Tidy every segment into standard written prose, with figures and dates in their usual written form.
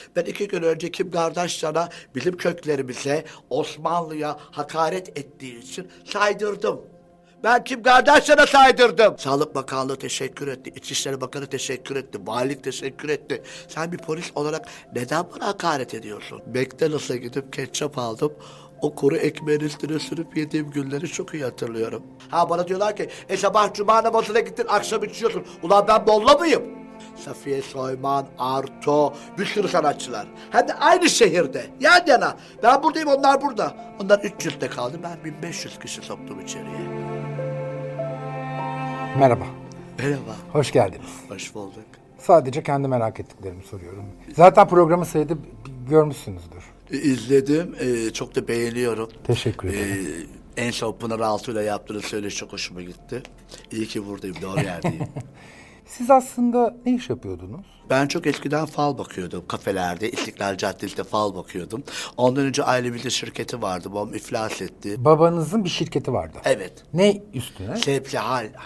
Ben 2 gün önce Kim Kardashian'a bilim köklerimize, Osmanlı'ya hakaret ettiği için saydırdım. Ben Kim Kardashian'a saydırdım. Sağlık Bakanlığı teşekkür etti, İçişleri Bakanı teşekkür etti, valilik teşekkür etti. Sen bir polis olarak neden bana hakaret ediyorsun? McDonald's'a gidip ketçap aldım. O kuru ekmeğin üstüne sürüp yediğim günleri çok iyi hatırlıyorum. Ha bana diyorlar ki sabah cuma namazına gittin akşam içiyorsun. Ulan ben molla mıyım? Safiye Soyman, Arto, bir sürü sanatçılar. Hem de aynı şehirde, yan yana. Ben buradayım, onlar burada. Onlar 300'de kaldı, ben 1500 kişi soktum içeriye. Merhaba. Merhaba. Hoş geldiniz. Hoş bulduk. Sadece kendi merak ettiklerimi soruyorum. Zaten programı seyredip görmüşsünüzdür. İzledim, çok da beğeniyorum. Teşekkür ederim. En son Pınar Altuğ'yla yaptığınız söyleşi çok hoşuma gitti. İyi ki buradayım, doğru yerdeyim. Siz aslında ne iş yapıyordunuz? Ben çok eskiden fal bakıyordum. Kafelerde, İstiklal Caddesi'nde fal bakıyordum. Ondan önce ailemizde şirketi vardı. Babam iflas etti. Babanızın bir şirketi vardı. Evet. Ne üstüne? Sebze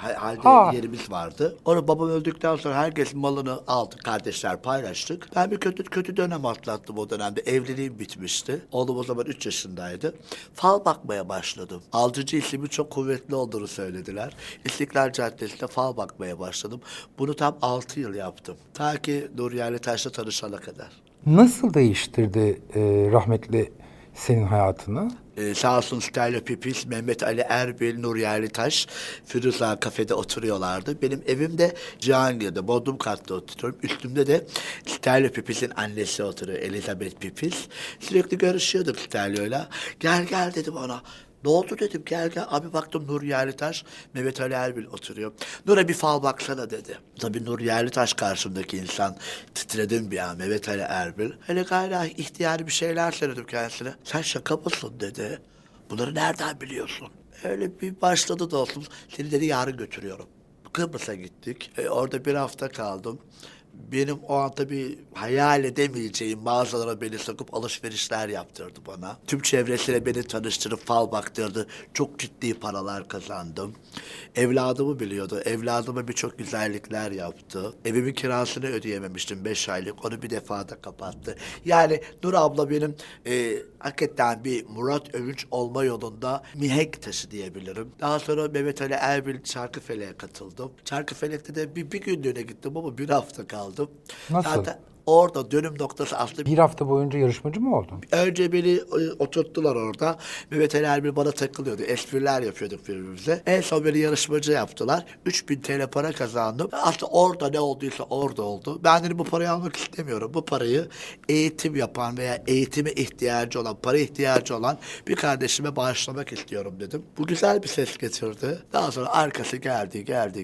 halde yerimiz vardı. Onu babam öldükten sonra herkes malını aldı. Kardeşler paylaştık. Ben bir kötü dönem atlattım o dönemde. Evliliğim bitmişti. Oğlum o zaman 3 yaşındaydı. Fal bakmaya başladım. Alıcı ismi çok kuvvetli olduğunu söylediler. İstiklal Caddesi'nde fal bakmaya başladım. Bunu tam 6 yıl yaptım. Ta ki Nur Yerlitaş'la tanışana kadar. Nasıl değiştirdi rahmetli senin hayatını? Sağ olsun Sterlo Pipis, Mehmet Ali Erbil, Nur Yerlitaş, Firuza kafede oturuyorlardı. Benim evim de Cihangir'de, Bodrum katta oturuyorum. Üstümde de Sterlo Pipis'in annesi oturuyor, Elizabeth Pipis. Sürekli görüşüyorduk Sterlo'yla. Gel dedim ona. Ne oldu dedim, gel. Abi baktım Nur Yerlitaş, Mehmet Ali Erbil oturuyor. Nur'a bir fal baksana dedi. Tabii Nur Yerlitaş karşımdaki insan. Titredim bir an, Mehmet Ali Erbil. Hele gayra ihtiyari bir şeyler söyledim kendisine. Sen şaka mısın dedi. Bunları nereden biliyorsun? Öyle bir başladı dostum. Seni dedi yarın götürüyorum. Kıbrıs'a gittik. Orada bir hafta kaldım. Benim o an tabii hayal edemeyeceğim mağazalara beni sokup alışverişler yaptırdı bana. Tüm çevresiyle beni tanıştırıp fal baktırdı. Çok ciddi paralar kazandım. Evladımı biliyordu. Evladıma birçok güzellikler yaptı. Evimin kirasını ödeyememiştim 5 aylık. Onu bir defada kapattı. Yani Nur abla benim hakikaten bir Murat Övünç olma yolunda mihenk taşı diyebilirim. Daha sonra Mehmet Ali Erbil Çarkıfelek'e katıldım. Çarkıfelek'te de bir günlüğüne gittim ama bir hafta kaldım. Nasıl? Zaten orada dönüm noktası aslında... Bir hafta boyunca yarışmacı mı oldun? Önce beni oturttular orada. Mehmet Ali Erbil bana takılıyordu. Espriler yapıyorduk birbirimize. En son beni yarışmacı yaptılar. 3000 TL para kazandım. Aslında orada ne olduysa orada oldu. Ben dedim bu parayı almak istemiyorum. Bu parayı eğitim yapan veya eğitime ihtiyacı olan, para ihtiyacı olan bir kardeşime bağışlamak istiyorum dedim. Bu güzel bir ses getirdi. Daha sonra arkası geldi.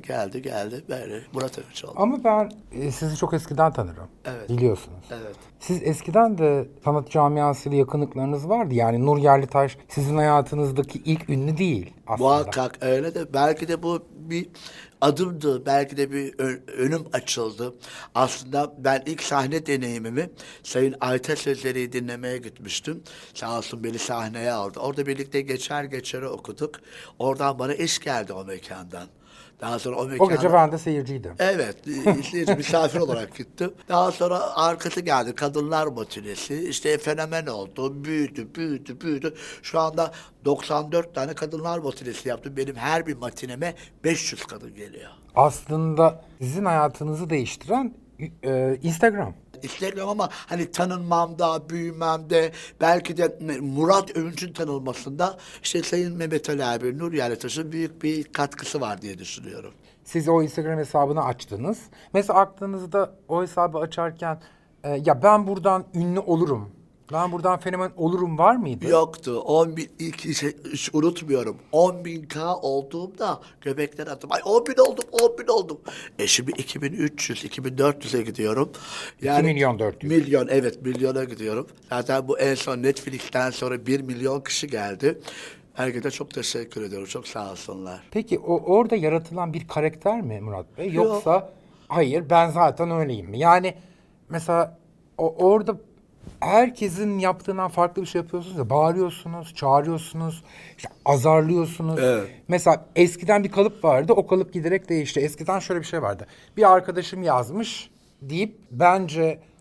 Böyle Murat Övünç oldu. Ama ben sizi çok eskiden tanırım. Evet. Biliyorsunuz. Evet. Siz eskiden de sanat camiasıyla yakınlıklarınız vardı. Yani Nur Yerlitaş sizin hayatınızdaki ilk ünlü değil aslında. Muhakkak öyle de belki de bu bir adımdı. Belki de bir önüm açıldı. Aslında ben ilk sahne deneyimimi Sayın Ayta Sözleri'yi dinlemeye gitmiştim. Sağ olsun beni sahneye aldı. Orada birlikte geçeri okuduk. Oradan bana iş geldi o mekandan. Daha sonra O gece ben de seyirciydim. Evet, izleyici misafir olarak gittim. Daha sonra arkası geldi, kadınlar matinesi. İşte fenomen oldu, büyüdü. Şu anda 94 tane kadınlar matinesi yaptım. Benim her bir matineme 500 kadın geliyor. Aslında sizin hayatınızı değiştiren Instagram. İstemiyorum ama hani tanınmamda, büyümemde, belki de Murat Övünç'ün tanınmasında işte Sayın Mehmet Ali Erbil, Nur Yerlitaş'ın büyük bir katkısı var diye düşünüyorum. Siz o Instagram hesabını açtınız. Mesela aklınızda o hesabı açarken ya ben buradan ünlü olurum, ben buradan fenomen olurum var mıydı? Yoktu. 10.000 hiç unutmuyorum. 10.000K olduğumda göbekten attım. Ay 10.000 oldum. Şimdi 2300-2400'e gidiyorum. 2 milyon 400. Milyon, evet, milyona gidiyorum. Zaten bu en son Netflix'ten sonra 1 milyon kişi geldi. Herkese çok teşekkür ediyorum. Çok sağ olsunlar. Peki orada yaratılan bir karakter mi Murat Bey? Yoksa hayır ben zaten öyleyim mi? Yani mesela orada herkesin yaptığından farklı bir şey yapıyorsunuz ya. Bağırıyorsunuz, çağırıyorsunuz, işte azarlıyorsunuz. Evet. Mesela eskiden bir kalıp vardı. O kalıp giderek değişti. Eskiden şöyle bir şey vardı. Bir arkadaşım yazmış deyip bence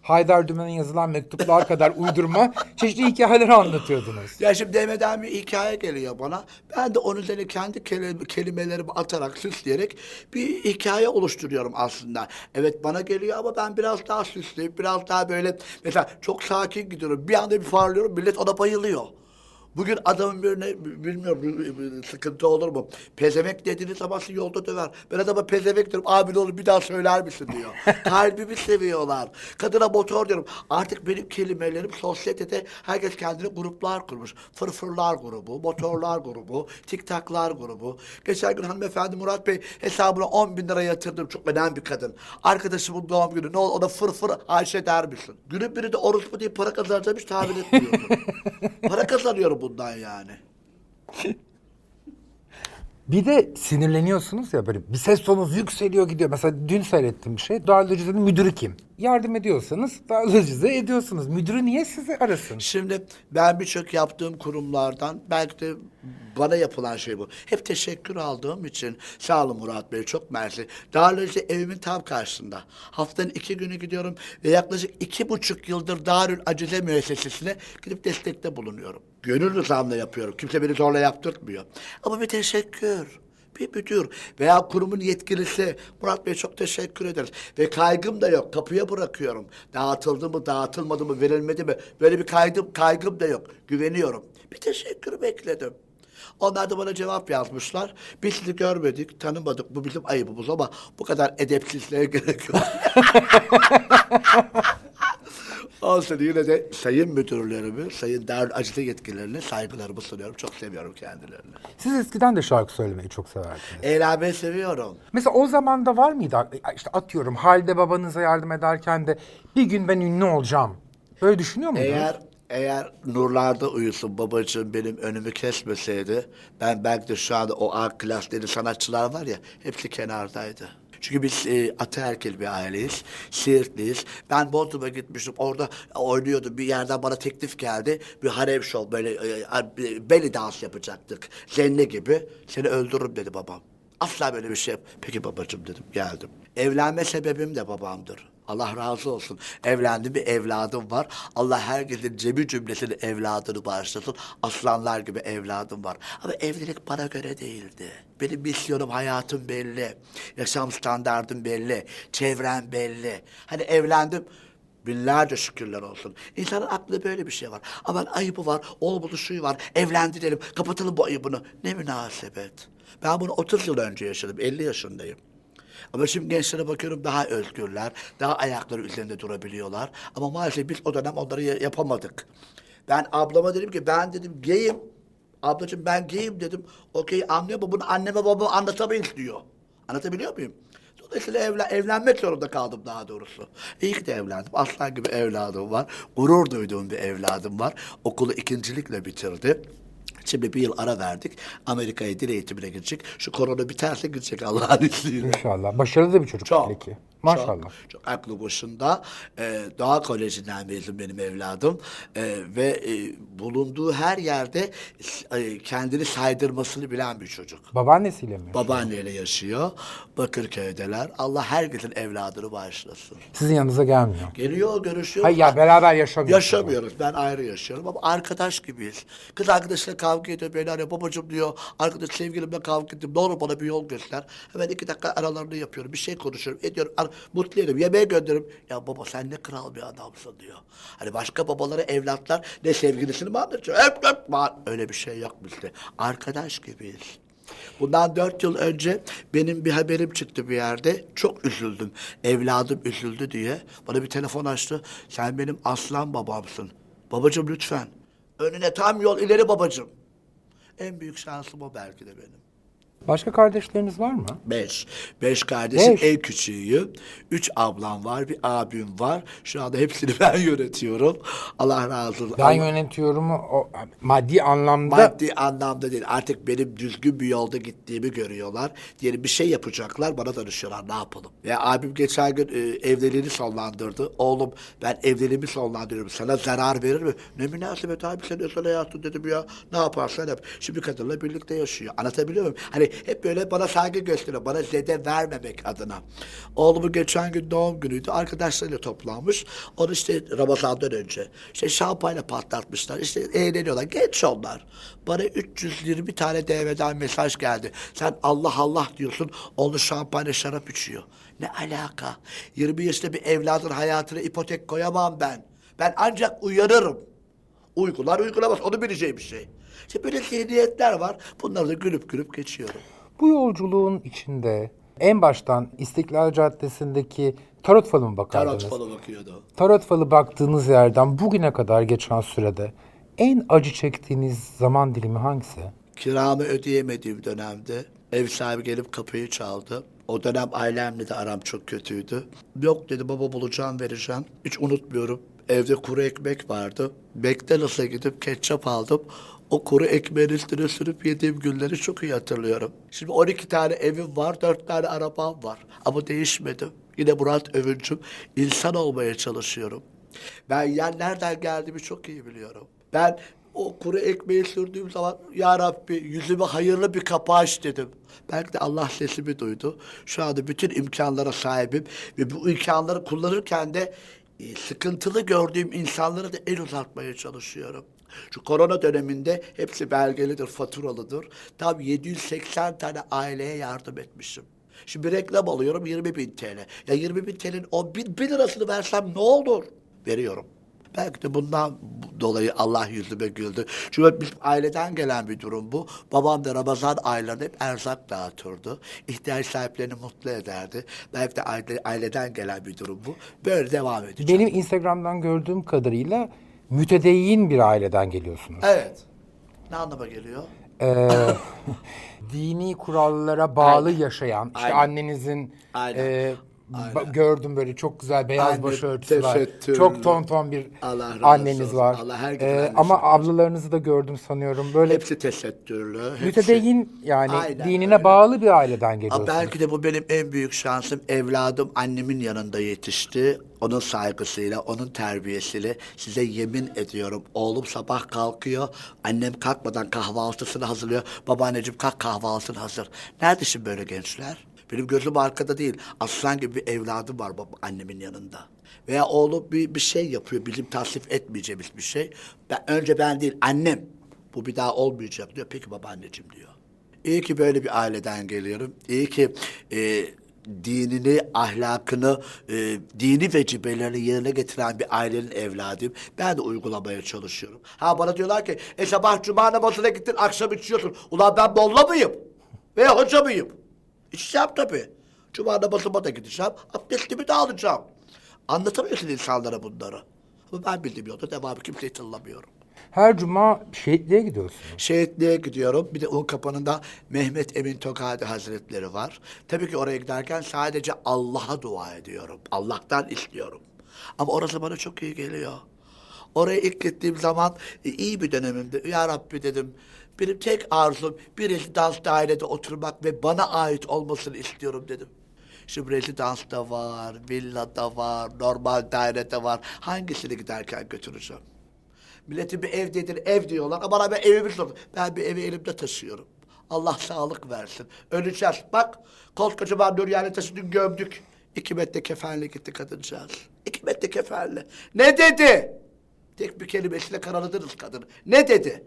Haydar Dümen'in yazılan mektuplar kadar uydurma çeşitli hikayeleri anlatıyordunuz. Ya şimdi demeden bir hikaye geliyor bana. Ben de onun üzerine kendi kelimelerimi atarak, süsleyerek bir hikaye oluşturuyorum aslında. Evet bana geliyor ama ben biraz daha süsleyip, biraz daha böyle... Mesela çok sakin gidiyorum. Bir anda bir parlıyorum, millet ona bayılıyor. Bugün adamın birine, bilmiyorum sıkıntı olur mu? Pezevenk dediğiniz zaman sizi yolda döver. Ben adama pezevenk diyorum. Abi ne olur bir daha söyler misin diyor. Kalbimi seviyorlar. Kadına motor diyorum. Artık benim kelimelerim sosyetede herkes kendine gruplar kurmuş. Fırfırlar grubu, motorlar grubu, tiktaklar grubu. Geçen gün hanımefendi Murat Bey hesabına 10.000 lira yatırdım. Çok önemli bir kadın. Arkadaşımın doğum günü. Ne olur ona fırfır Ayşe der misin? Günün biri de orospu diye para kazanacağım hiç tahmin etmiyordum. Para kazanıyorum bundan yani. Bir de sinirleniyorsunuz ya, böyle bir ses tonunuz yükseliyor gidiyor. Mesela dün seyrettiğim bir şey. Darülaciz'in müdürü kim? Yardım ediyorsanız Darülaciz'e ediyorsunuz. Müdürü niye sizi arasın? Şimdi ben birçok yaptığım kurumlardan belki de bana yapılan şey bu. Hep teşekkür aldığım için sağ olun Murat Bey, çok mersi. Darülacı evimin tam karşısında. Haftanın 2 günü gidiyorum ve yaklaşık 2,5 yıldır Darül Acize müessesesine gidip destekte bulunuyorum. Gönül rızamla yapıyorum. Kimse beni zorla yaptırtmıyor. Ama bir teşekkür. Bir müdür veya kurumun yetkilisi, Murat Bey çok teşekkür ederiz. Ve kaygım da yok. Kapıya bırakıyorum. Dağıtıldı mı, dağıtılmadı mı, verilmedi mi? Böyle bir kaygım da yok. Güveniyorum. Bir teşekkür bekledim. Onlar da bana cevap yazmışlar. Biz sizi görmedik, tanımadık. Bu bizim ayıbımız ama bu kadar edepsizliğe gerek yok. Olsun, yine de sayın müdürlerimi, sayın Darül Acize yetkililerine saygılarımı sunuyorum. Çok seviyorum kendilerini. Siz eskiden de şarkı söylemeyi çok severdiniz. Eğlenmeyi seviyorum. Mesela o zaman da var mıydı? İşte atıyorum, halde babanıza yardım ederken de bir gün ben ünlü olacağım. Böyle düşünüyor muydunuz? Eğer nurlarda uyusun babacığım benim önümü kesmeseydi, ben belki de şu anda o A klas dediği sanatçılar var ya, hepsi kenardaydı. Çünkü biz ataerkil bir aileyiz, Siirtliyiz. Ben Bodrum'a gitmiştim, orada oynuyordum. Bir yerden bana teklif geldi. Bir harem show, böyle belly dans yapacaktık. Zenne gibi. Seni öldürürüm dedi babam. Asla böyle bir şey yap. Peki babacığım dedim, geldim. Evlenme sebebim de babamdır. Allah razı olsun. Evlendim, bir evladım var. Allah herkesin cemi cümlesinin evladını bağışlasın. Aslanlar gibi evladım var. Ama evlilik bana göre değildi. Benim misyonum, hayatım belli. Yaşam standardım belli. Çevrem belli. Hani evlendim. Binlerce şükürler olsun. İnsanın aklında böyle bir şey var. Aman ayıbı var, olmadı şuyu var. Evlendirelim, kapatalım bu ayıbını. Ne münasebet. Ben bunu 30 yıl önce yaşadım. 50 yaşındayım. Ama şimdi gençlere bakıyorum, daha özgürler, daha ayakları üzerinde durabiliyorlar. Ama maalesef biz o dönem onları yapamadık. Ben ablama dedim ki, ben dedim gayim. Ablacığım ben gayim dedim. Okey, anlıyor mu? Bunu anneme babama anlatamayız diyor. Anlatabiliyor muyum? Dolayısıyla evlenmek zorunda kaldım daha doğrusu. İyi ki de evlendim. Aslan gibi evladım var. Gurur duyduğum bir evladım var. Okulu ikincilikle bitirdi. Şimdi bir yıl ara verdik. Amerika'ya dil eğitimine gidecek. Şu korona biterse gidecek Allah'ın izniyle. İnşallah. Başarılı da bir çocuk Çok. belli ki. Maşallah. Çok aklı başında. Doğa Koleji'nden mezun benim evladım. Ve bulunduğu her yerde kendini saydırmasını bilen bir çocuk. Babaannesiyle mi? Babaanneyle yaşıyor. Bakırköy'deler. Allah herkesin evladını bağışlasın. Sizin yanınıza gelmiyor. Geliyor, görüşüyor. Hayır ya, beraber yaşamıyorsunuz. Yaşamıyoruz. Ben ayrı yaşıyorum ama arkadaş gibiyiz. Kız arkadaşıyla kavga ediyor. Beni arıyor. Babacığım diyor. Arkadaş sevgilimle kavga ettim. Ne olur bana bir yol göster. Hemen 2 dakika aralarını yapıyorum. Bir şey konuşuyorum. Ediyorum. Mutlu ediyorum. Yemeğe gönderiyorum. Ya baba sen ne kral bir adamsın diyor. Hani başka babalara evlatlar ne sevgilisini mi anlatıyor? Hep. Öyle bir şey yok bizde. Arkadaş gibiyiz. Bundan 4 yıl önce benim bir haberim çıktı bir yerde. Çok üzüldüm. Evladım üzüldü diye. Bana bir telefon açtı. Sen benim aslan babamsın. Babacığım lütfen. Önüne tam yol ileri babacığım. En büyük şansım o belki de benim. Başka kardeşleriniz var mı? 5. 5 kardeşim, Beş. en küçüğüyüm. 3 ablam var, bir abim var. Şu anda hepsini ben yönetiyorum. Allah razı olsun. Ben yönetiyorum o maddi anlamda. Maddi anlamda değil. Artık benim düzgün bir yolda gittiğimi görüyorlar. Diyelim bir şey yapacaklar, bana danışıyorlar ne yapalım. Ve abim geçen gün evliliğini sonlandırdı. Oğlum ben evliliğimi sonlandırıyorum. Sana zarar verir mi? Ne münasebet abi, sen özel hayatın dedim ya. Ne yaparsan yap. Şimdi kadınla birlikte yaşıyor. Anlatabiliyor muyum? Hani hep böyle bana saygı gösteriyor. Bana zede vermemek adına. Oğlumun geçen gün doğum günüydü. Arkadaşlarıyla toplanmış. Onu işte Ramazan'dan önce. İşte şampanya patlatmışlar. İşte eğleniyorlar. Genç onlar. Bana 320 tane DM'den mesaj geldi. Sen Allah Allah diyorsun. Onu şampanya şarap içiyor. Ne alaka? 20 yaşında bir evladın hayatına ipotek koyamam ben. Ben ancak uyarırım. Uygular uygulamaz. Onu bileceğim bir şey. İşte böyle zihniyetler var. Bunları da gülüp gülüp geçiyorum. Bu yolculuğun içinde en baştan İstiklal Caddesi'ndeki tarot falı mı bakardınız? Tarot falı bakıyordu. Tarot falı baktığınız yerden bugüne kadar geçen sürede en acı çektiğiniz zaman dilimi hangisi? Kiramı ödeyemediğim dönemde ev sahibi gelip kapıyı çaldı. O dönem ailemle de aram çok kötüydü. Yok dedi, baba bulacağım vereceğim. Hiç unutmuyorum. Evde kuru ekmek vardı. McDonald's'a gidip ketçap aldım. O kuru ekmeğin üstüne sürüp yediğim günleri çok iyi hatırlıyorum. Şimdi 12 tane evim var, 4 tane arabam var. Ama değişmedim. Yine Murat Övüncüm, insan olmaya çalışıyorum. Ben nereden geldiğimi çok iyi biliyorum. Ben o kuru ekmeği sürdüğüm zaman ya Rabbi yüzüme hayırlı bir kapı aç dedim. Belki de Allah sesimi duydu. Şu anda bütün imkanlara sahibim ve bu imkanları kullanırken de sıkıntılı gördüğüm insanlara da el uzatmaya çalışıyorum. Şu korona döneminde hepsi belgelidir, faturalıdır. Tam 780 tane aileye yardım etmişim. Şimdi bir reklam alıyorum 20.000 TL. Ya 20.000 TL'nin 10.000 lirasını versem ne olur? Veriyorum. Belki de bundan dolayı Allah yüzüme güldü. Çünkü bizim aileden gelen bir durum bu. Babam da Ramazan aylarında hep erzak dağıtırdı. İhtiyaç sahiplerini mutlu ederdi. Belki de aileden gelen bir durum bu. Böyle devam edecek. Benim Instagram'dan gördüğüm kadarıyla mütedeyyin bir aileden geliyorsunuz. Evet. Ne anlama geliyor? Dini kurallara bağlı Aynen. yaşayan, işte Aynen. annenizin Aynen. gördüm böyle çok güzel beyaz Anne, başörtüsü var. tesettürlü. Çok tonton bir Allah razı anneniz olsun. var. Allah herkesin annesi ama var. ablalarınızı da gördüm sanıyorum. Böyle Hepsi tesettürlü. mütedeyyin yani Aynen dinine öyle. bağlı bir aileden geliyorsunuz. Belki de bu benim en büyük şansım. Evladım annemin yanında yetişti. Onun saygısıyla, onun terbiyesiyle size yemin ediyorum. Oğlum sabah kalkıyor. Annem kalkmadan kahvaltısını hazırlıyor. Babaanneciğim kalk kahvaltın hazır. Nerede şimdi böyle gençler? Benim gözüm arkada değil. Aslan gibi bir evladım var annemin yanında. Veya oğlum bir şey yapıyor. Bizim tasvip etmeyeceğimiz bir şey. Önce ben değil annem. Bu bir daha olmayacak diyor. Peki babaanneciğim diyor. İyi ki böyle bir aileden geliyorum. İyi ki dinini, ahlakını, dini vecibelerini yerine getiren bir ailenin evladıyım. Ben de uygulamaya çalışıyorum. Ha bana diyorlar ki sabah cuma namazına gittin akşam içiyorsun. Ulan ben molla mıyım? Veya hoca mıyım? İçeceğim tabii. Cuma namazıma da gideceğim. Abdestimi de alacağım. Anlatamıyorsun insanlara bunları. Ama ben bildiğim yolda devamı kimseyi tınlamıyorum. Her cuma şehitliğe gidiyorsunuz. Şehitliğe gidiyorum. Bir de Unkapanı'nda Mehmet Emin Tokadi Hazretleri var. Tabii ki oraya giderken sadece Allah'a dua ediyorum. Allah'tan istiyorum. Ama orası bana çok iyi geliyor. Oraya ilk gittiğim zaman iyi bir dönemimdi. Ya Rabbi dedim. Benim tek arzum bir rezidans dairede oturmak ve bana ait olmasını istiyorum dedim. Şimdi rezidans da var, villa da var, normal dairede var. Hangisini giderken götüreceğim? Milletin bir evdedir, ev diyorlar ama bana ben evimi sordum. Ben bir evi elimde taşıyorum. Allah sağlık versin. Öleceğiz. Bak, koskocaman Nuriyani taşını gömdük. 2 metre kefenle gitti kadıncağız. 2 metre kefenle. Ne dedi? Tek bir kelimesiyle karaladınız kadını. Ne dedi?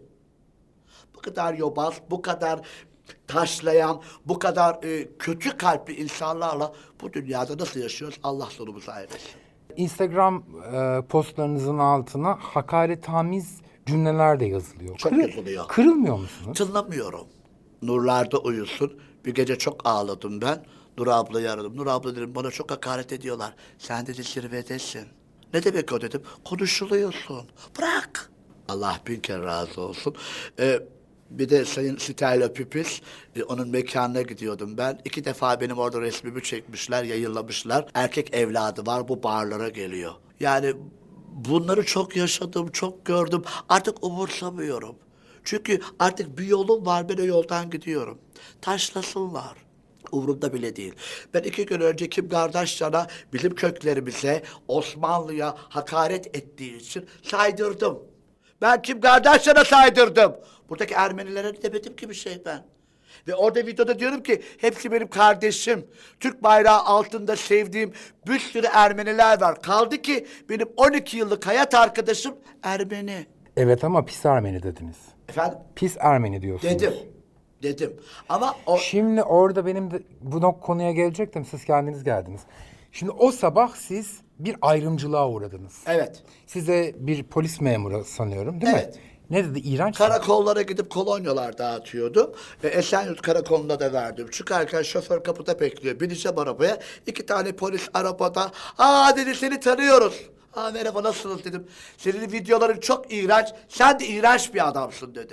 Bu kadar yobaz, bu kadar taşlayan, bu kadar kötü kalpli insanlarla bu dünyada nasıl yaşıyoruz? Allah sonumuzu hayretsin. Instagram postlarınızın altına hakaretamiz cümleler de yazılıyor. Çok yazılıyor. Kırılmıyor musunuz? Tınlamıyorum. Nurlarda uyusun. Bir gece çok ağladım ben. Nur ablayı aradım. Nur abla dedim bana çok hakaret ediyorlar. Sen dedi zirvedesin. Ne demek o dedim. Konuşuluyorsun. Bırak. Allah bin kere razı olsun. Bir de Sayın Sitayla Pipis, onun mekanına gidiyordum ben. 2 defa benim orada resmimi çekmişler, yayınlamışlar. Erkek evladı var, bu barlara geliyor. Yani bunları çok yaşadım, çok gördüm. Artık umursamıyorum. Çünkü artık bir yolum var, ben o yoldan gidiyorum. Taşlasınlar. Umurumda bile değil. Ben 2 gün önce Kim Kardashian'a bizim köklerimize, Osmanlı'ya hakaret ettiği için saydırdım. Ben Kim Kardashian'a saydırdım. Buradaki Ermenilere demedim ki bir şey ben. Ve orada videoda diyorum ki hepsi benim kardeşim. Türk bayrağı altında sevdiğim bir sürü Ermeniler var. Kaldı ki benim 12 yıllık hayat arkadaşım Ermeni. Evet ama pis Ermeni dediniz. Efendim? Pis Ermeni diyorsunuz. Dedim. Ama o... Şimdi orada benim de bu konuya gelecektim. Siz kendiniz geldiniz. Şimdi o sabah siz bir ayrımcılığa uğradınız. Evet. Size bir polis memuru sanıyorum değil mi? Evet. Ne dedi? İğrenç. Karakollara gidip kolonyalar dağıtıyordum. Esenyurt Karakolu'na da verdim. Çıkarken şoför kapıda bekliyor. Bineceğim arabaya. 2 tane polis arabada. Aa dedi, seni tanıyoruz. Aa merhaba, nasılsınız dedim. Senin videoların çok iğrenç. Sen de iğrenç bir adamsın dedi.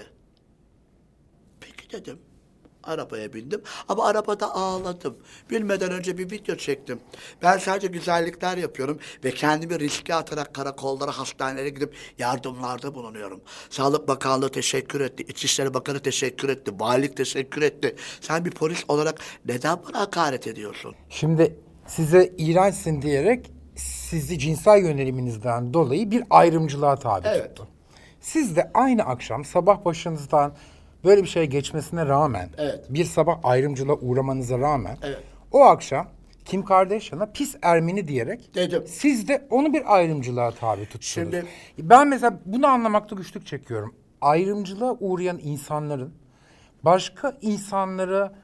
Peki dedim. Arabaya bindim ama arabada ağladım. Bilmeden önce bir video çektim. Ben sadece güzellikler yapıyorum ve kendimi riske atarak karakollara, hastanelere gidip yardımlarda bulunuyorum. Sağlık Bakanlığı teşekkür etti, İçişleri Bakanı teşekkür etti, valilik teşekkür etti. Sen bir polis olarak neden bana hakaret ediyorsun? Şimdi size iğrençsin diyerek sizi cinsel yöneliminizden dolayı bir ayrımcılığa tabi Evet. tuttu. Siz de aynı akşam sabah başınızdan böyle bir şey geçmesine rağmen, Evet. bir sabah ayrımcılığa uğramanıza rağmen, Evet. o akşam Kim Kardashian'a pis Ermeni diyerek Dedim. siz de onu bir ayrımcılığa tabi tuttunuz. Şimdi- Ben mesela bunu anlamakta güçlük çekiyorum. Ayrımcılığa uğrayan insanların başka insanlara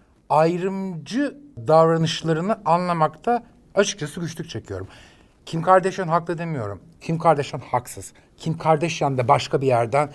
ayrımcı davranışlarını anlamakta açıkçası güçlük çekiyorum. Kim Kardashian haklı demiyorum. Kim Kardashian haksız. Kim Kardashian da başka bir yerden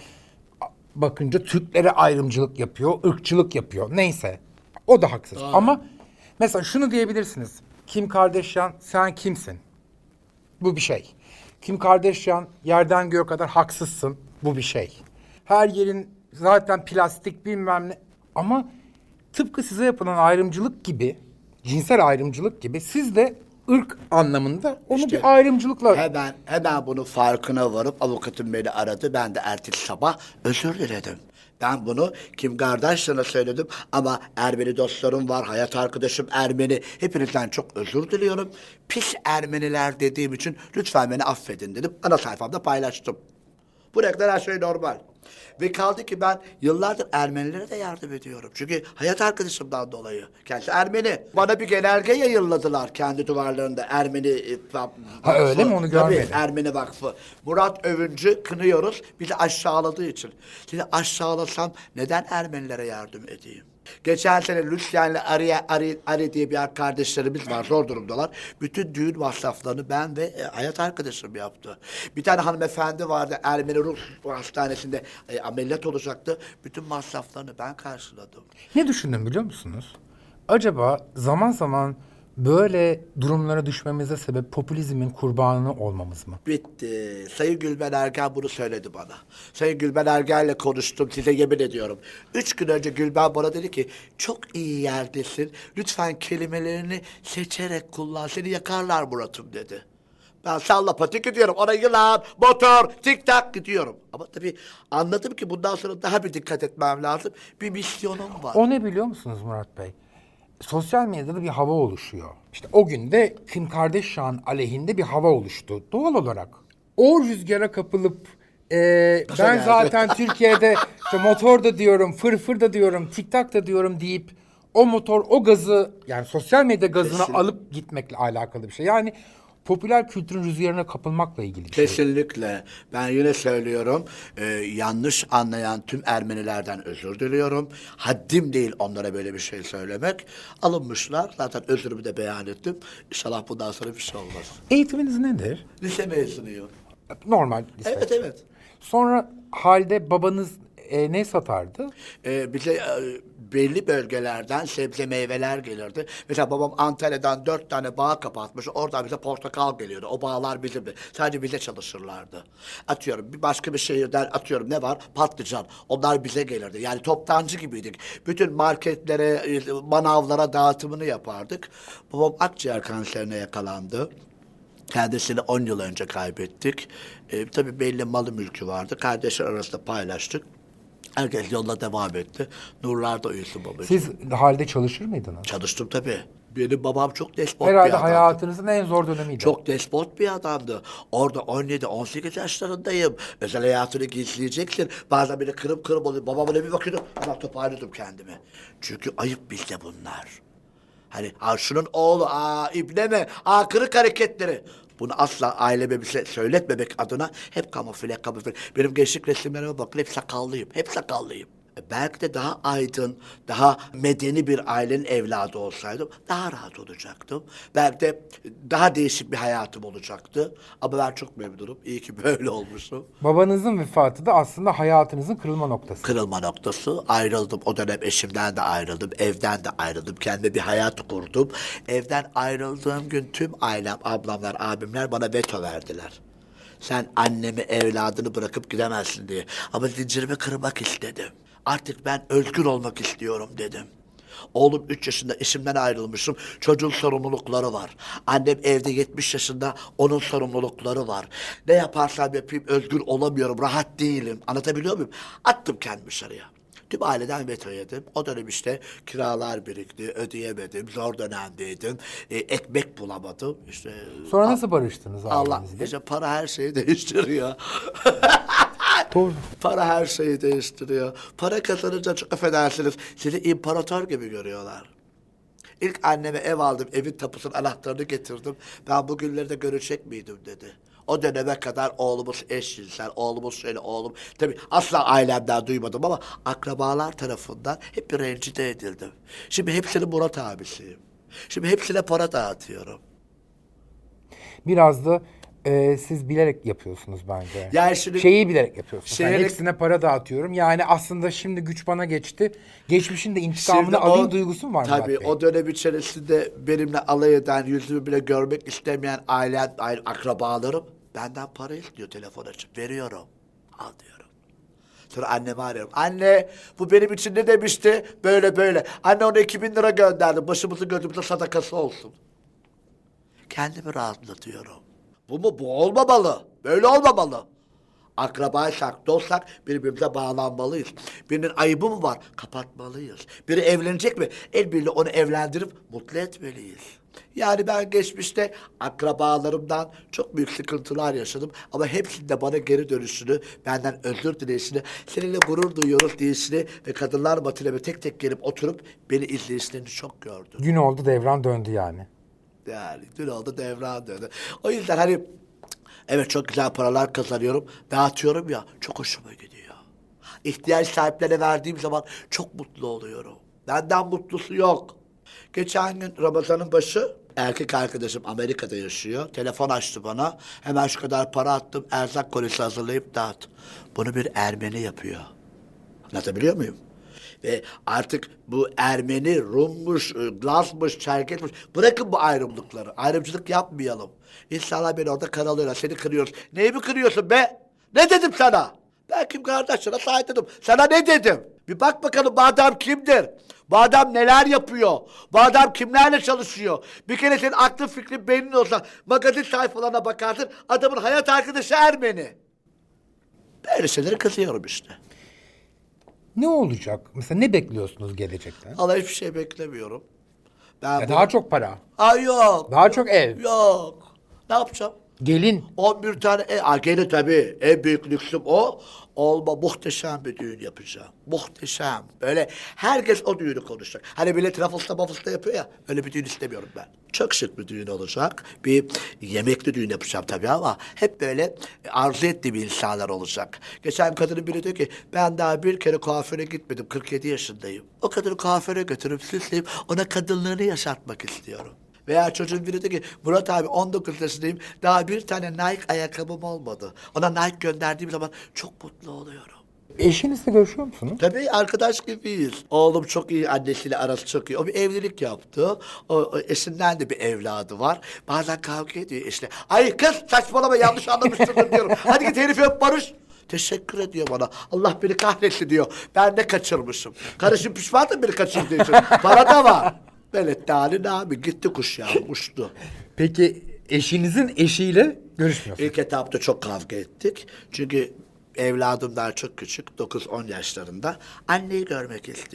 bakınca Türklere ayrımcılık yapıyor, ırkçılık yapıyor. Neyse. O da haksız. Ama mesela şunu diyebilirsiniz. Kim Kardashian, sen kimsin? Bu bir şey. Kim Kardashian, yerden göğe kadar haksızsın. Bu bir şey. Her yerin zaten plastik bilmem ne. Ama tıpkı size yapılan ayrımcılık gibi, cinsel ayrımcılık gibi siz de ırk anlamında onu İşte bir ayrımcılıkla... Hemen bunun farkına varıp avukatım beni aradı. Ben de ertesi sabah özür diledim. Ben bunu Kim Kardashian'a söyledim ama Ermeni dostlarım var, hayat arkadaşım Ermeni. Hepinizden çok özür diliyorum. Pis Ermeniler dediğim için lütfen beni affedin dedim. Ana sayfamda paylaştım. Buraya kadar her şey normal. Ve kaldı ki ben yıllardır Ermenilere de yardım ediyorum. Çünkü hayat arkadaşımdan dolayı. Kendisi Ermeni. Bana bir genelge yayınladılar kendi duvarlarında. Ermeni vakfı. öyle mi? Onu görmedim. Tabii, Ermeni Vakfı. Murat Övüncü kınıyoruz. Bizi aşağıladığı için. Seni aşağılasam neden Ermenilere yardım edeyim? Geçen sene Lucien'le Ari diye bir kardeşlerimiz var, zor durumdalar. Bütün düğün masraflarını ben ve hayat arkadaşım yaptı. Bir tane hanımefendi vardı, Ermeni Ruh Hastanesi'nde ameliyat olacaktı. Bütün masraflarını ben karşıladım. Ne düşündüm biliyor musunuz? Acaba zaman zaman böyle durumlara düşmemize sebep popülizmin kurbanı olmamız mı? Bitti. Sayın Gülben Ergen bunu söyledi bana. Sayın Gülben Ergen'le konuştum, size yemin ediyorum. 3 gün önce Gülben bana dedi ki, çok iyi yerdesin. Lütfen kelimelerini seçerek kullan. Seni yakarlar Murat'ım dedi. Ben salla patik gidiyorum. Ona yılan, motor, tik tak gidiyorum. Ama tabii anladım ki bundan sonra daha bir dikkat etmem lazım. Bir misyonum var. O ne biliyor musunuz Murat Bey? Sosyal medyada bir hava oluşuyor. İşte o gün de Kim Kardashian aleyhinde bir hava oluştu. Doğal olarak. O rüzgara kapılıp ben geldi. zaten Türkiye'de işte motor da diyorum, fırfır da diyorum, tiktak da diyorum deyip o motor, o gazı yani sosyal medya gazını Kesin. alıp gitmekle alakalı bir şey. Yani popüler kültürün rüzgarına kapılmakla ilgili bir şey. Kesinlikle. Ben yine söylüyorum. Yanlış anlayan tüm Ermenilerden özür diliyorum. Haddim değil onlara böyle bir şey söylemek. Alınmışlar. Zaten özürümü de beyan ettim. İnşallah bundan sonra bir şey olmaz. Eğitiminiz nedir? Lise mezunuyum. Normal lise. Evet. Sonra halde babanız ne satardı? Bize belli bölgelerden sebze meyveler gelirdi. Mesela babam Antalya'dan 4 tane bağ kapatmış. Oradan bize portakal geliyordu. O bağlar bizimdi. Sadece bize çalışırlardı. Atıyorum bir başka bir şehirden atıyorum ne var? Patlıcan. Onlar bize gelirdi. Yani toptancı gibiydik. Bütün marketlere, manavlara dağıtımını yapardık. Babam akciğer kanserine yakalandı. Kendisini 10 yıl önce kaybettik. Tabii belli malı mülkü vardı. Kardeşler arasında paylaştık. Herkes yoluna devam etti. Nurlar da uyusun babacığım. Siz halde çalışır mıydınız? Çalıştım tabii. Benim babam çok despot bir Herhalde adamdı. hayatınızın en zor dönemiydi. Çok despot bir adamdı. Orada 17-18 yaşlarındayım. Özel hayatını gizleyeceksin. Bazen beni kırım kırım oluyor. Babama bir bakıyordum. Hemen toparladım kendimi. Çünkü ayıp bizde bunlar. Hani şunun oğlu, ibne mi, kırık hareketleri. Bunu asla aileme bir şey söyletmemek adına hep kamufle. Benim gençlik resimlerime bakın, hep sakallıyım, hep sakallıyım. Belki de daha aydın, daha medeni bir ailenin evladı olsaydım daha rahat olacaktım. Belki de daha değişik bir hayatım olacaktı. Ama ben çok memnunum. İyi ki böyle olmuşum. Babanızın vefatı da aslında hayatınızın kırılma noktası. Kırılma noktası. Ayrıldım. O dönem eşimden de ayrıldım. Evden de ayrıldım. Kendime bir hayat kurdum. Evden ayrıldığım gün tüm ailem, ablamlar, abimler bana veto verdiler. Sen annemi, evladını bırakıp gidemezsin diye. Ama zincirimi kırmak istedim. Artık ben özgür olmak istiyorum dedim. Oğlum 3 yaşında, eşimden ayrılmışım. Çocuğun sorumlulukları var. Annem evde 70 yaşında, onun sorumlulukları var. Ne yaparsam yapayım özgür olamıyorum, rahat değilim. Anlatabiliyor muyum? Attım kendimi dışarıya. Tüm aileden veto yedim. O dönem işte kiralar birikti, ödeyemedim, zor dönemdeydim. Ekmek bulamadım. İşte Sonra nasıl barıştınız Allah, ailenizle? işte para her şeyi değiştiriyor. Doğru. Para her şeyi değiştiriyor. Para kazanınca çok affedersiniz, sizi imparator gibi görüyorlar. İlk anneme ev aldım, evin tapusunun anahtarını getirdim. Ben bugünlerde görecek miydim dedi. O döneme kadar oğlumuz eşcinsel, oğlumuz şöyle, oğlum... Tabii asla ailemden duymadım ama akrabalar tarafından hep bir rencide edildim. Şimdi hepsinin Murat abisiyim. Şimdi hepsine para dağıtıyorum. Biraz da siz bilerek yapıyorsunuz bence. Yani şimdi- Şeyi bilerek yapıyorsunuz. Yani Şeyleri- hepsine para dağıtıyorum. Yani aslında şimdi güç bana geçti. Geçmişin de intikamını alayım duygusu mu var Murat Tabii Bey? o dönem içerisinde benimle alay eden, yüzümü bile görmek istemeyen ailem, akrabalarım benden para istiyor, telefon açıp veriyorum. Al diyorum. Sonra annemi arıyorum. Anne, bu benim için ne demişti? Böyle böyle. Anne, ona 2.000 lira gönderdim. Başımızın gözümüzün sadakası olsun. Kendimi rahatlatıyorum. Bu mu? Bu olmamalı. Böyle olmamalı. Akrabaysak, dostsak birbirimize bağlanmalıyız. Birinin ayıbı mı var? Kapatmalıyız. Biri evlenecek mi? El birliğiyle onu evlendirip mutlu etmeliyiz. Yani ben geçmişte akrabalarımdan çok büyük sıkıntılar yaşadım. Ama hepsinde bana geri dönüşünü, benden özür dileyişini, seninle gurur duyuyoruz diyişini ve kadınlar matineme tek tek gelip oturup beni izleyişlerini çok gördüm. Gün oldu devran döndü yani. Yani dün oldu devran döndü. O yüzden hani evet, çok güzel paralar kazanıyorum, dağıtıyorum ya, çok hoşuma gidiyor. İhtiyaç sahiplerine verdiğim zaman çok mutlu oluyorum. Benden mutlusu yok. Geçen gün Ramazan'ın başı erkek arkadaşım Amerika'da yaşıyor. Telefon açtı bana. Hemen şu kadar para attım, erzak kolisi hazırlayıp dağıt. Bunu bir Ermeni yapıyor. Anlatabiliyor muyum? Ve artık bu Ermeni, Rummuş, Lazmış, Çerkezmiş, bırakın bu ayrımlıkları. Ayrımcılık yapmayalım. İnsanlar beni orada karalıyorlar, seni kırıyoruz. Neyi mi kırıyorsun be? Ne dedim sana? Ben kim kardeş, sana sahip dedim. Sana ne dedim? Bir bak bakalım bu adam kimdir? Bu adam neler yapıyor? Bu adam kimlerle çalışıyor? Bir kere senin aklın fikrin beynin olsa magazin sayfalarına bakarsın, adamın hayat arkadaşı Ermeni. Böyle şeylere kızıyorum işte. Ne olacak? Mesela ne bekliyorsunuz gelecekten? Allah, hiçbir şey beklemiyorum. Ben Ya daha çok para, Yok. daha çok ev, Yok. Ne yapacağım? gelin. 11 tane ev. Gene tabii en büyük lüksüm o. Muhteşem bir düğün yapacağım. Muhteşem. Böyle herkes o düğünü konuşacak. Hani millet Ruffles'ta Muffles'ta yapıyor ya. Öyle bir düğün istemiyorum ben. Çok şık bir düğün olacak. Bir yemekli düğün yapacağım tabii ama hep böyle arzu ettiğim insanlar olacak. Geçen kadının biri diyor ki ben daha bir kere kuaföre gitmedim. 47 yaşındayım. O kadını kuaföre götürüp süsleyip ona kadınlığını yaşatmak istiyorum. Veya çocuğun biri diyor ki Murat abi 19 yaşındayım, daha bir tane Nike ayakkabım olmadı. Ona Nike gönderdiğim zaman çok mutlu oluyorum. Eşinizle görüşüyor musunuz? Tabii arkadaş gibiyiz. Oğlum çok iyi, annesiyle arası çok iyi. O bir evlilik yaptı. O eşinden de bir evladı var. Bazen kavga ediyor işte. Ay kız saçmalama, yanlış anlamışsındır diyorum. Hadi git herifi öp barış. Teşekkür ediyor bana. Allah beni kahretsin diyor. Ben ne kaçırmışım. Karışım pişmanım beni kaçırdığı için. Para da var. Velet Dali abi gitti kuş ya, uçtu. Peki eşinizin eşiyle görüşmüyorsunuz? İlk etapta çok kavga ettik. Çünkü evladım daha çok küçük, 9-10 yaşlarında. Anneyi görmek istiyor.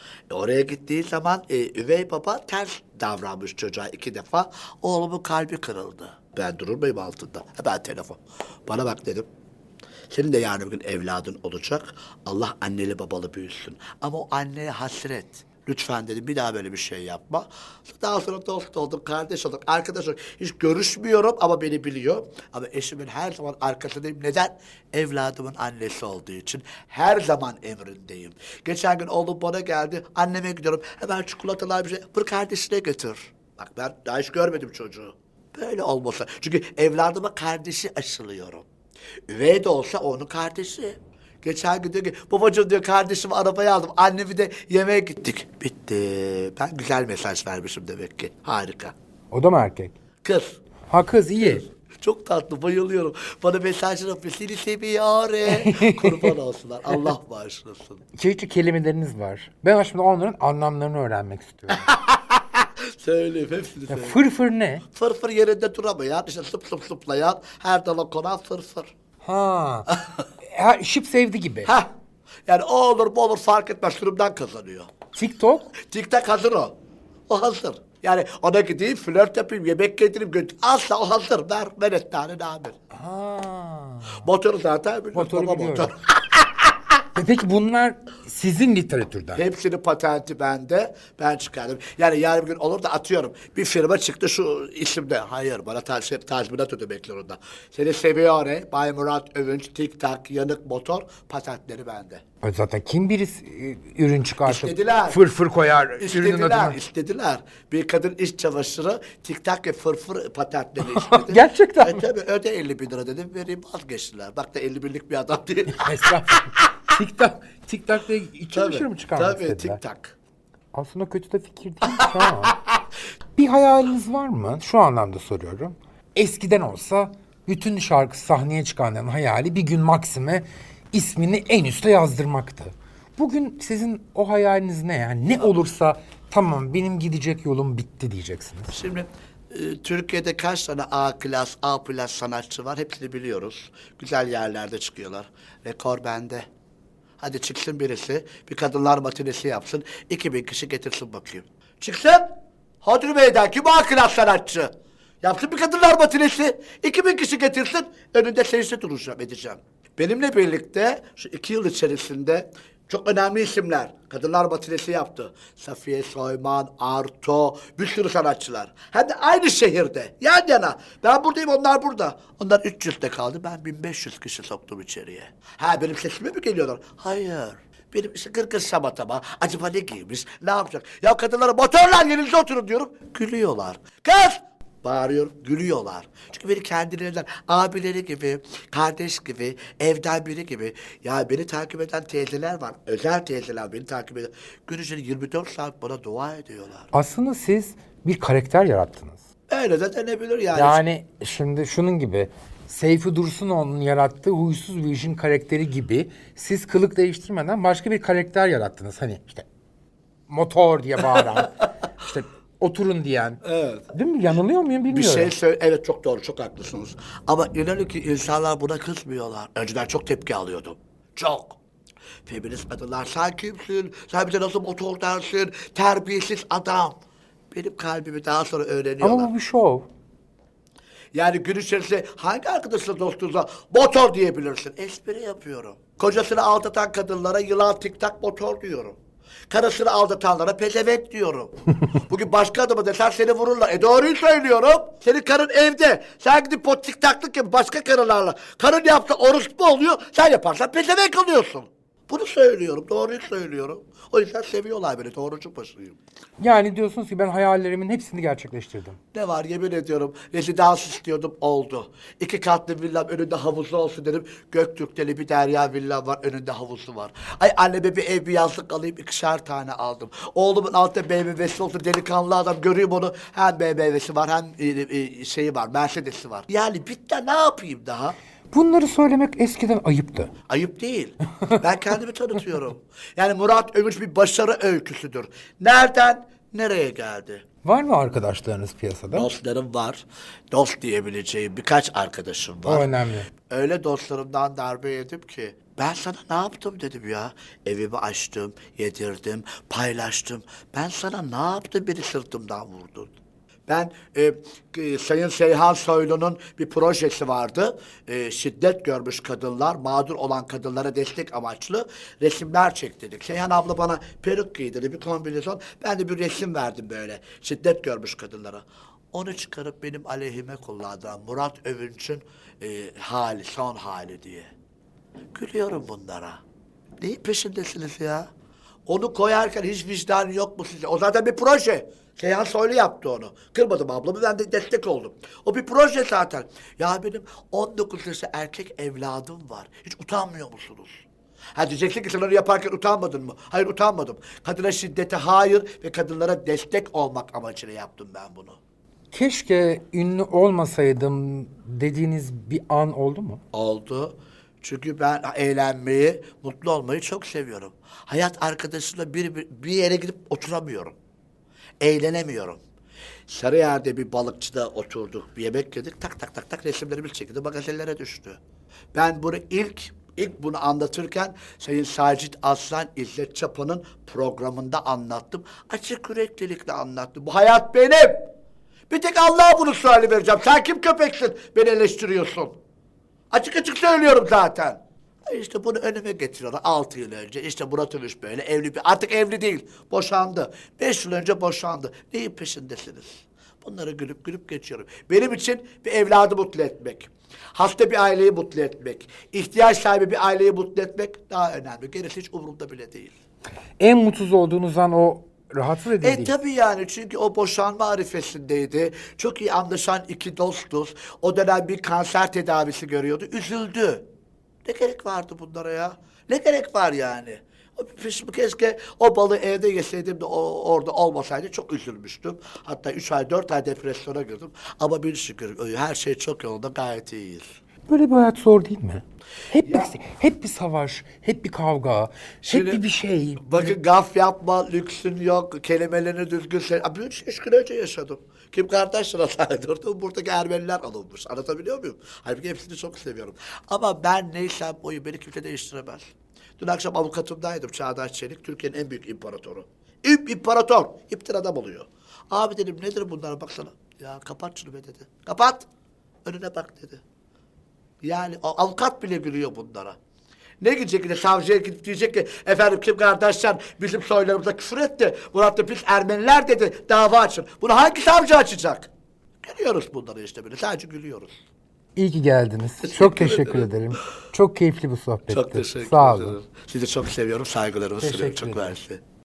Oraya gittiği zaman üvey baba ters davranmış çocuğa 2 defa. Oğlumun kalbi kırıldı. Ben durur muyum altında? Hemen telefon. Bana bak dedim. Senin de yarın bir gün evladın olacak. Allah anneli babalı büyüsün. Ama o anneye hasret. Lütfen dedim bir daha böyle bir şey yapma. Daha sonra dost olduk, kardeş olduk, arkadaş olduk. Hiç görüşmüyorum ama beni biliyor. Ama eşimin her zaman arkasındayım. Neden? Evladımın annesi olduğu için. Her zaman emrindeyim. Geçen gün oğlum bana geldi. Anneme gidiyorum. Hemen çikolatalar bir şey. Bir kardeşine götür. Bak ben daha hiç görmedim çocuğu. Böyle olmasa. Çünkü evladıma kardeşi aşılıyorum. Üvey de olsa onun kardeşi. Geçen gün diyor ki babacığım diyor kardeşimi arabaya aldım. Annemi de yemeğe gittik. Bitti. Ben güzel mesaj vermişim demek ki. Harika. O da mı erkek? Kız. Ha kız iyi. Çok tatlı bayılıyorum. Bana mesajlar yapıyor. Seni seviyor. Kurban olsunlar. Allah bağışlasın. Çeşitli kelimeleriniz var. Ben şimdi onların anlamlarını öğrenmek istiyorum. Söyleyeyim hepsini Ya söyleyeyim. fırfır ne? Fırfır yerinde duramayan, işte sıp sıp sıplayan, her dala konan fırfır. Ha. Şıp sevdi gibi. Hah. Yani o olur bu olur fark etmez. Sürümden kazanıyor. TikTok. TikTok hazır o. O hazır. Yani ona gideyim, flört yapayım, yemek getireyim, götür. Asla o hazır. Ver et tane namir. Ha. Motoru zaten biliyorsun. Motoru Baba biliyorum. motor. Peki bunlar sizin literatürden. Hepsinin patenti bende. Ben çıkardım. Yani yarın bir gün olur da atıyorum. Bir firma çıktı şu isimde. Hayır bana tazminat ödemekler onda. Seni seviyor ne? Bay Murat Övünç, TikTok, yanık motor patentleri bende. Zaten kim birisi ürün çıkartıp İstediler. fırfır koyar ürünün İstediler, adına. istediler. Bir kadın iç çamaşırı, TikTok ve fırfır patentleri istedi. Gerçekten mi? Tabii öde 50 bin lira dedim, vereyim vazgeçtiler. Bak da 50 binlik bir adam değil. Estağfurullah. TikTok'ta iç çamaşırı mı çıkarmak Tabii istediler? TikTok. Aslında kötü de fikir değil ha. Bir hayaliniz var mı? Şu anlamda soruyorum. Eskiden olsa bütün şarkı sahneye çıkanların hayali bir gün Maxim'e ismini en üste yazdırmaktı. Bugün sizin o hayaliniz ne? Yani ne olursa tamam benim gidecek yolum bitti diyeceksiniz. Şimdi Türkiye'de kaç tane A klas, A plus sanatçı var hepsini biliyoruz. Güzel yerlerde çıkıyorlar. Rekor bende. Hadi çıksın birisi, bir kadınlar matinesi yapsın, 2000 kişi getirsin bakayım. Çıksın, Hodri Meydan, kim A klas sanatçı? Yapsın bir kadınlar matinesi, 2000 kişi getirsin, önünde seyirci duracağım, edeceğim. Benimle birlikte şu 2 yıl içerisinde çok önemli isimler kadınlar matinesi yaptı. Safiye Soyman, Arto, bir sürü sanatçılar. Hem de aynı şehirde, yan yana. Ben buradayım, onlar burada. Onlar 300'de kaldı, ben 1500 kişi soktum içeriye. Ha benim sesime mi geliyorlar? Hayır. Benim işte gırgır şamatama, acaba ne giymiş, ne yapacak? Ya kadınlara motorlar yerinize oturun diyorum, gülüyorlar. Kız! Bağırıyorum, gülüyorlar. Çünkü beni kendilerinden abileri gibi, kardeş gibi, evden biri gibi. Ya beni takip eden teyzeler var. Özel teyzeler beni takip eden. Gün içinde 24 saat bana dua ediyorlar. Aslında siz bir karakter yarattınız. Öyle de denebilir yani. Yani şimdi şunun gibi Seyfi Dursunoğlu'nun yarattığı huysuz bir işin karakteri gibi siz kılık değiştirmeden başka bir karakter yarattınız. Hani işte motor diye bağıran, işte oturun diyen. Evet. Değil mi? Yanılıyor muyum Bir bilmiyorum. şey söyle, evet çok doğru, çok haklısınız. Ama inanın ki insanlar buna kızmıyorlar. Önceden çok tepki alıyordum. Çok. Feminist kadınlar, sen kimsin? Sen bize nasıl motor dersin? Terbiyesiz adam. Benim kalbimi daha sonra öğreniyorlar. Ama bu bir şov. Yani gün içerisinde hangi arkadaşla dostluğunuza motor diyebilirsin? Espri yapıyorum. Kocasını aldatan kadınlara yılan tiktak motor diyorum. Karısını aldatanlara pezevenk diyorum. Bugün başka adamı desen seni vururlar. Doğruyu söylüyorum. Senin karın evde. Sen gidip pot tiktaklık yap başka karılarla. Karın yapsa orospu oluyor. Sen yaparsan pezevenk oluyorsun. Bunu söylüyorum. Doğruyu söylüyorum. O yüzden seviyorlar beni. Doğrucu başıyım. Yani diyorsunuz ki ben hayallerimin hepsini gerçekleştirdim. Ne var yemin ediyorum. Rezidans istiyordum oldu. 2 katlı villam önünde havuzu olsun dedim. Göktürk'te bir derya villam var önünde havuzu var. Ay anneme bir ev bir yazlık alayım 2'şer tane aldım. Oğlumun altta BMW'si oldu delikanlı adam görüyorum onu. Hem BMW'si var hem şeyi var Mercedes'i var. Yani bitti ne yapayım daha? Bunları söylemek eskiden ayıptı. Ayıp değil. Ben kendimi tanıtıyorum. Yani Murat Övünç bir başarı öyküsüdür. Nereden nereye geldi? Var mı arkadaşlarınız piyasada? Dostlarım var. Dost diyebileceğim birkaç arkadaşım O var. önemli. Öyle dostlarımdan darbe yedim ki ben sana ne yaptım dedim ya. Evimi açtım, yedirdim, paylaştım. Ben sana ne yaptım beni sırtımdan vurdun. Ben Sayın Seyhan Soylu'nun bir projesi vardı. Şiddet görmüş kadınlar, mağdur olan kadınlara destek amaçlı resimler çektirdik. Seyhan abla bana peruk giydirdi, bir kombinezon. Ben de bir resim verdim böyle şiddet görmüş kadınlara. Onu çıkarıp benim aleyhime kullandılar. Murat Övünç'ün hali, son hali diye. Gülüyorum bunlara. Neyin peşindesiniz ya? Onu koyarken hiç vicdan yok mu size? O zaten bir proje. Seyhan Soylu yaptı onu. Kırmadım ablamı, ben de destek oldum. O bir proje zaten. Ya benim 19 yaşında erkek evladım var. Hiç utanmıyor musunuz? Ha diyeceksin ki sen onu yaparken utanmadın mı? Hayır utanmadım. Kadına şiddete hayır ve kadınlara destek olmak amacıyla yaptım ben bunu. Keşke ünlü olmasaydım dediğiniz bir an oldu mu? Oldu. Çünkü ben eğlenmeyi, mutlu olmayı çok seviyorum. Hayat arkadaşıyla bir yere gidip oturamıyorum. Eğlenemiyorum. Sarıyer'de bir balıkçıda oturduk, bir yemek yedik. Tak tak tak tak resimlerimiz çekildi, magazinlere düştü. Ben bunu ilk bunu anlatırken Sayın Sacit Aslan İzzet Çapa'nın programında anlattım. Açık yüreklilikle anlattım. Bu hayat benim. Bir tek Allah'a bunu suali vereceğim. Sen kim köpeksin? Beni eleştiriyorsun. Açık açık söylüyorum zaten. İşte bunu önüme getiriyorlar 6 yıl önce. İşte Murat Övünç böyle evli artık evli değil. Boşandı. 5 yıl önce boşandı. Neyin peşindesiniz? Bunları gülüp gülüp geçiyorum. Benim için bir evladı mutlu etmek. Hasta bir aileyi mutlu etmek. İhtiyaç sahibi bir aileyi mutlu etmek daha önemli. Gerisi hiç umurumda bile değil. En mutsuz olduğunuz an o rahatsız edici değil. Tabii yani çünkü o boşanma arifesindeydi. Çok iyi anlaşan iki dostuz. O dönem bir kanser tedavisi görüyordu. Üzüldü. Ne gerek vardı bunlara ya? Ne gerek var yani? Şimdi keşke o balığı evde yeseydim de orada olmasaydı çok üzülmüştüm. Hatta 3 ay 4 ay depresyona girdim. Ama bir şükür her şey çok yolunda gayet iyiyiz. Böyle bir hayat zor değil mi? Hep bir savaş, hep bir kavga, hep bir şey. Bakın gaf yapma, lüksün yok, kelimelerini düzgün söyle. Abi 3 gün önce yaşadım. Kim Kardashian'a saydırdı, buradaki Ermeniler alınmış. Anlatabiliyor muyum? Halbuki hepsini çok seviyorum. Ama ben neysem oyu beni kimse değiştiremez. Dün akşam avukatımdaydım Çağdaş Çelik, Türkiye'nin en büyük imparatoru. İmparator, iptir adam oluyor. Abi dedim nedir bunlar baksana. Ya kapat şunu be dedi. Kapat, önüne bak dedi. Yani avukat bile gülüyor bunlara. Ne gidecek de savcıya gidip diyecek ki efendim Kim Kardashian bizim soylarımıza küfür etti. Murat da biz Ermeniler dedi dava açın. Bunu hangi savcı açacak? Gülüyoruz bunlara işte böyle sadece gülüyoruz. İyi ki geldiniz. Çok teşekkür ederim. Çok keyifli bir sohbetti. Çok teşekkür Sağ olun. ederim. Sizi çok seviyorum saygılarımı sunuyorum. Teşekkür Çok ederim. mersi.